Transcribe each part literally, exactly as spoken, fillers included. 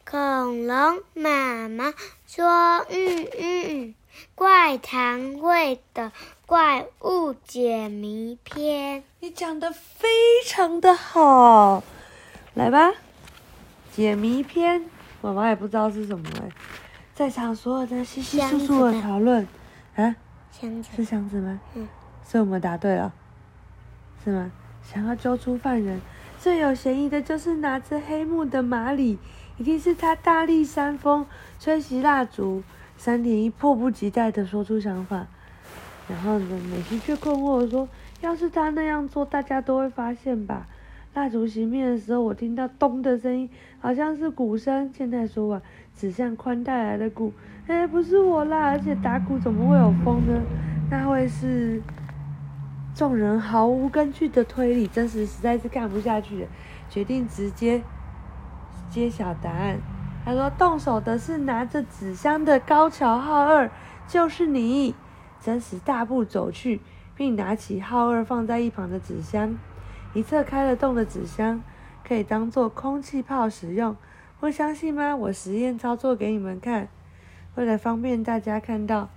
恐龙妈妈说：“嗯嗯，怪谈会的怪物解谜篇。” 你讲得非常的好，来吧，解谜篇，妈妈也不知道是什么哎。在场所有的稀稀疏疏的讨论，啊， 箱子是箱子吗？ 嗯， 所以我们答对了，是吗？想要揪出犯人，最有嫌疑的就是拿着黑幕的马里，一定是他大力扇风，吹熄蜡烛。三点一迫不及待地说出想法，然后呢，美希却困惑地说：“要是他那样做，大家都会发现吧？”蜡烛熄灭的时候，我听到咚的声音，好像是鼓声。现在说完，指向宽带来的鼓。哎，不是我啦！而且打鼓怎么会有风呢？那会是……众人毫无根据的推理，真实实在是看不下去了，决定直接揭晓答案。他说：“动手的是拿着纸箱的高桥浩二，就是你。”真实大步走去，并拿起浩二放在一旁的纸箱。一侧开了洞的纸箱可以当做空气炮使用，不相信吗？我实验操作给你们看。为了方便大家看到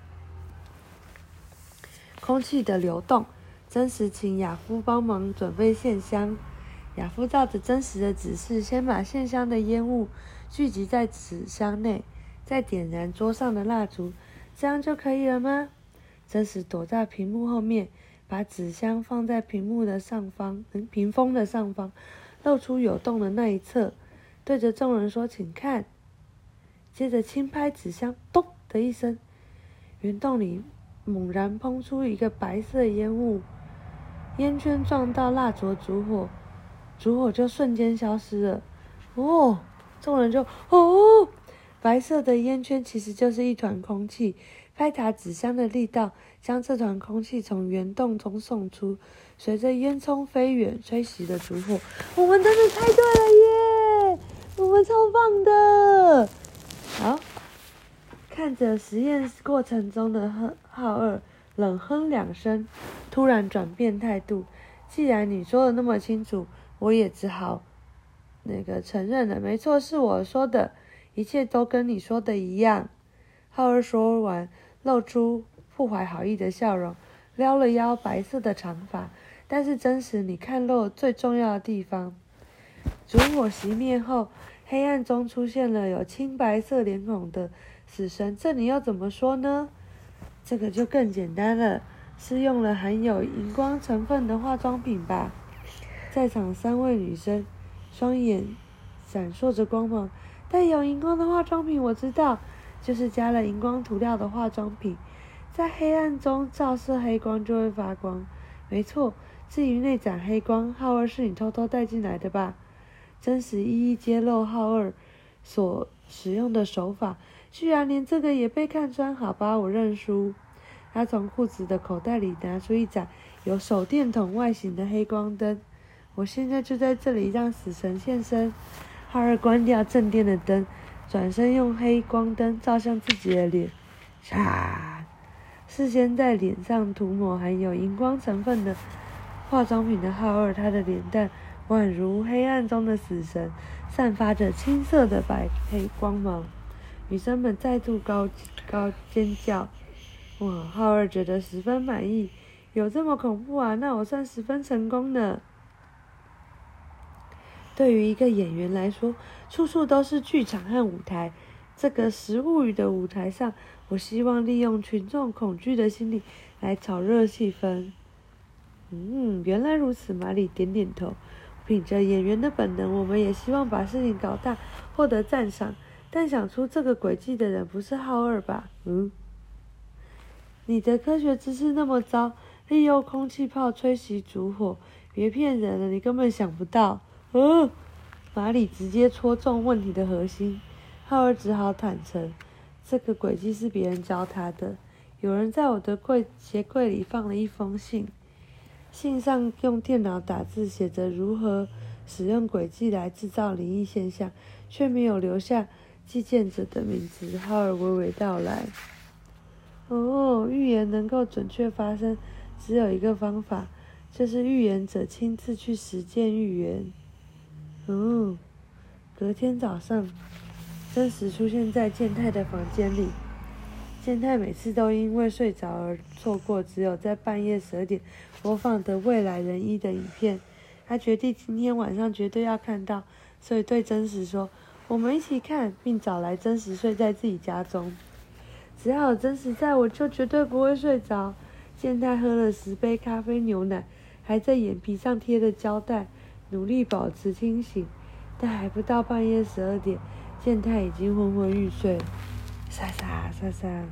空气的流动，真实请亚夫帮忙准备线香。亚夫照着真实的指示，先把线香的烟雾聚集在纸箱内，再点燃桌上的蜡烛，这样就可以了吗？真实躲在屏幕后面，把纸箱放在屏幕的上方，嗯，屏风的上方，露出有洞的那一侧，对着众人说：“请看。”接着轻拍纸箱，咚的一声，圆洞里猛然喷出一个白色烟雾，烟圈撞到蜡烛烛火，烛火就瞬间消失了。哦，众人就哦，白色的烟圈其实就是一团空气。拍打纸箱的力道将这团空气从圆洞中送出，随着烟囱飞远，吹熄了烛火。我们真的猜对了耶！我们超棒的！好，看着实验过程中的浩二，冷哼两声，突然转变态度。既然你说的那么清楚，我也只好那个承认了。没错，是我说的，一切都跟你说的一样。浩二说完，露出不怀好意的笑容，撩了撩白色的长发。但是真实，你看漏了最重要的地方。烛火熄灭后，黑暗中出现了有青白色脸孔的死神，这你要怎么说呢？这个就更简单了，是用了含有荧光成分的化妆品吧？在场三位女生双眼闪烁着光芒，带有荧光的化妆品我知道，就是加了荧光涂料的化妆品，在黑暗中照射黑光就会发光。没错，至于那盏黑光，浩二是你偷偷带进来的吧？真实一一揭露浩二所使用的手法，居然连这个也被看穿，好吧，我认输。他从裤子的口袋里拿出一盏有手电筒外形的黑光灯，我现在就在这里让死神现身。浩二关掉正殿的灯，转身用黑光灯照向自己的脸，唰！事先在脸上涂抹含有荧光成分的化妆品的浩二，他的脸蛋宛如黑暗中的死神，散发着青色的白黑光芒。女生们再度高高尖叫。哇，浩二觉得十分满意，有这么恐怖啊？那我算十分成功呢。对于一个演员来说，处处都是剧场和舞台。这个食物语的舞台上，我希望利用群众恐惧的心理来炒热气氛。嗯，原来如此，马里点点头。凭着演员的本能，我们也希望把事情搞大，获得赞赏。但想出这个诡计的人不是浩二吧？嗯，你的科学知识那么糟，利用空气炮吹熄烛火，别骗人了，你根本想不到。嗯，马里直接戳中问题的核心。浩二只好坦诚，这个诡计是别人教他的。有人在我的柜鞋柜里放了一封信。信上用电脑打字写着如何使用轨迹来制造灵异现象，却没有留下寄件者的名字。浩尔娓娓道来：“哦，预言能够准确发生，只有一个方法，就是预言者亲自去实践预言。”哦，隔天早上， 真实出现在健太的房间里。健太每次都因为睡着而错过只有在半夜十二点播放的未来人一的影片。他决定今天晚上绝对要看到，所以对真实说：“我们一起看，并找来真实睡在自己家中。只要有真实在，我就绝对不会睡着。”健太喝了十杯咖啡牛奶，还在眼皮上贴着胶带，努力保持清醒。但还不到半夜十二点，健太已经昏昏欲睡。沙沙沙沙，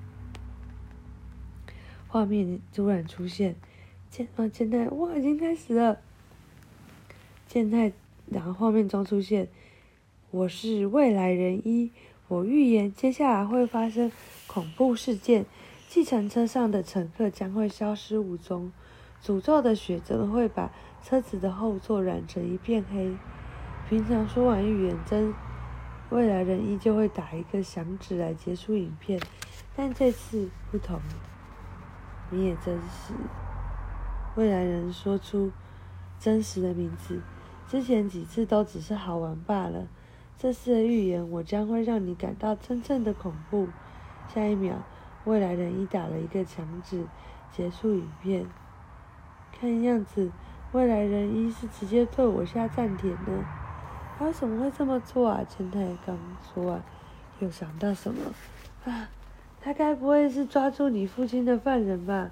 画面突然出现，健啊健太，哇，已经开始了。健太，然后画面中出现，我是未来人一，我预言接下来会发生恐怖事件，计程车上的乘客将会消失无踪，诅咒的雪则会把车子的后座染成一片黑。平常说完预言，真未来人一就会打一个响指来结束影片，但这次不同。你也真实。未来人说出真实的名字，之前几次都只是好玩罢了，这次的预言我将会让你感到真正的恐怖。下一秒，未来人一打了一个响指，结束影片。看样子，未来人一是直接对我下暂帖呢。他为什么会这么做啊？健太刚说完，又想到什么啊？他该不会是抓住你父亲的犯人吧？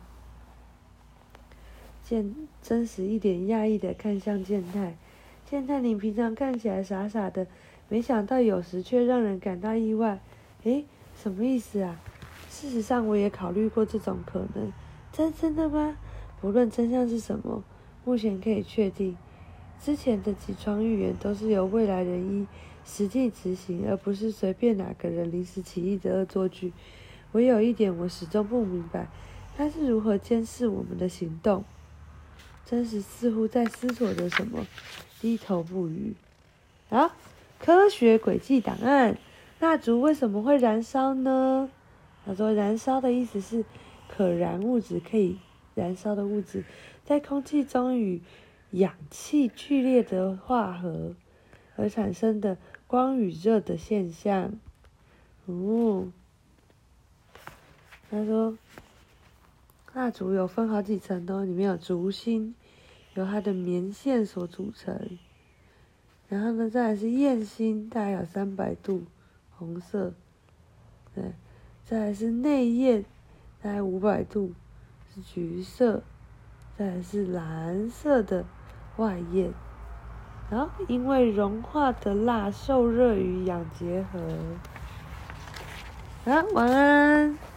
健真实一脸讶异的看向健太，健太，你平常看起来傻傻的，没想到有时却让人感到意外。诶，什么意思啊？事实上，我也考虑过这种可能。真真的吗？不论真相是什么，目前可以确定。之前的几桩预言都是由未来人一实际执行，而不是随便哪个人临时起意的恶作剧。唯有一点我始终不明白，他是如何监视我们的行动。真实似乎在思索着什么，低头不语。啊，科学轨迹档案，蜡烛为什么会燃烧呢？他说，燃烧的意思是可燃物质，可以燃烧的物质在空气中与氧气剧烈的化合而产生的光与热的现象。哦，他说，蜡烛有分好几层哦，里面有烛芯，由它的棉线所组成。然后呢，再来是焰芯，大概有三百度，红色。对，再来是内焰，大概五百度，是橘色。再来是蓝色的外焰，然后因为融化的蜡受热与氧结合。好，晚安。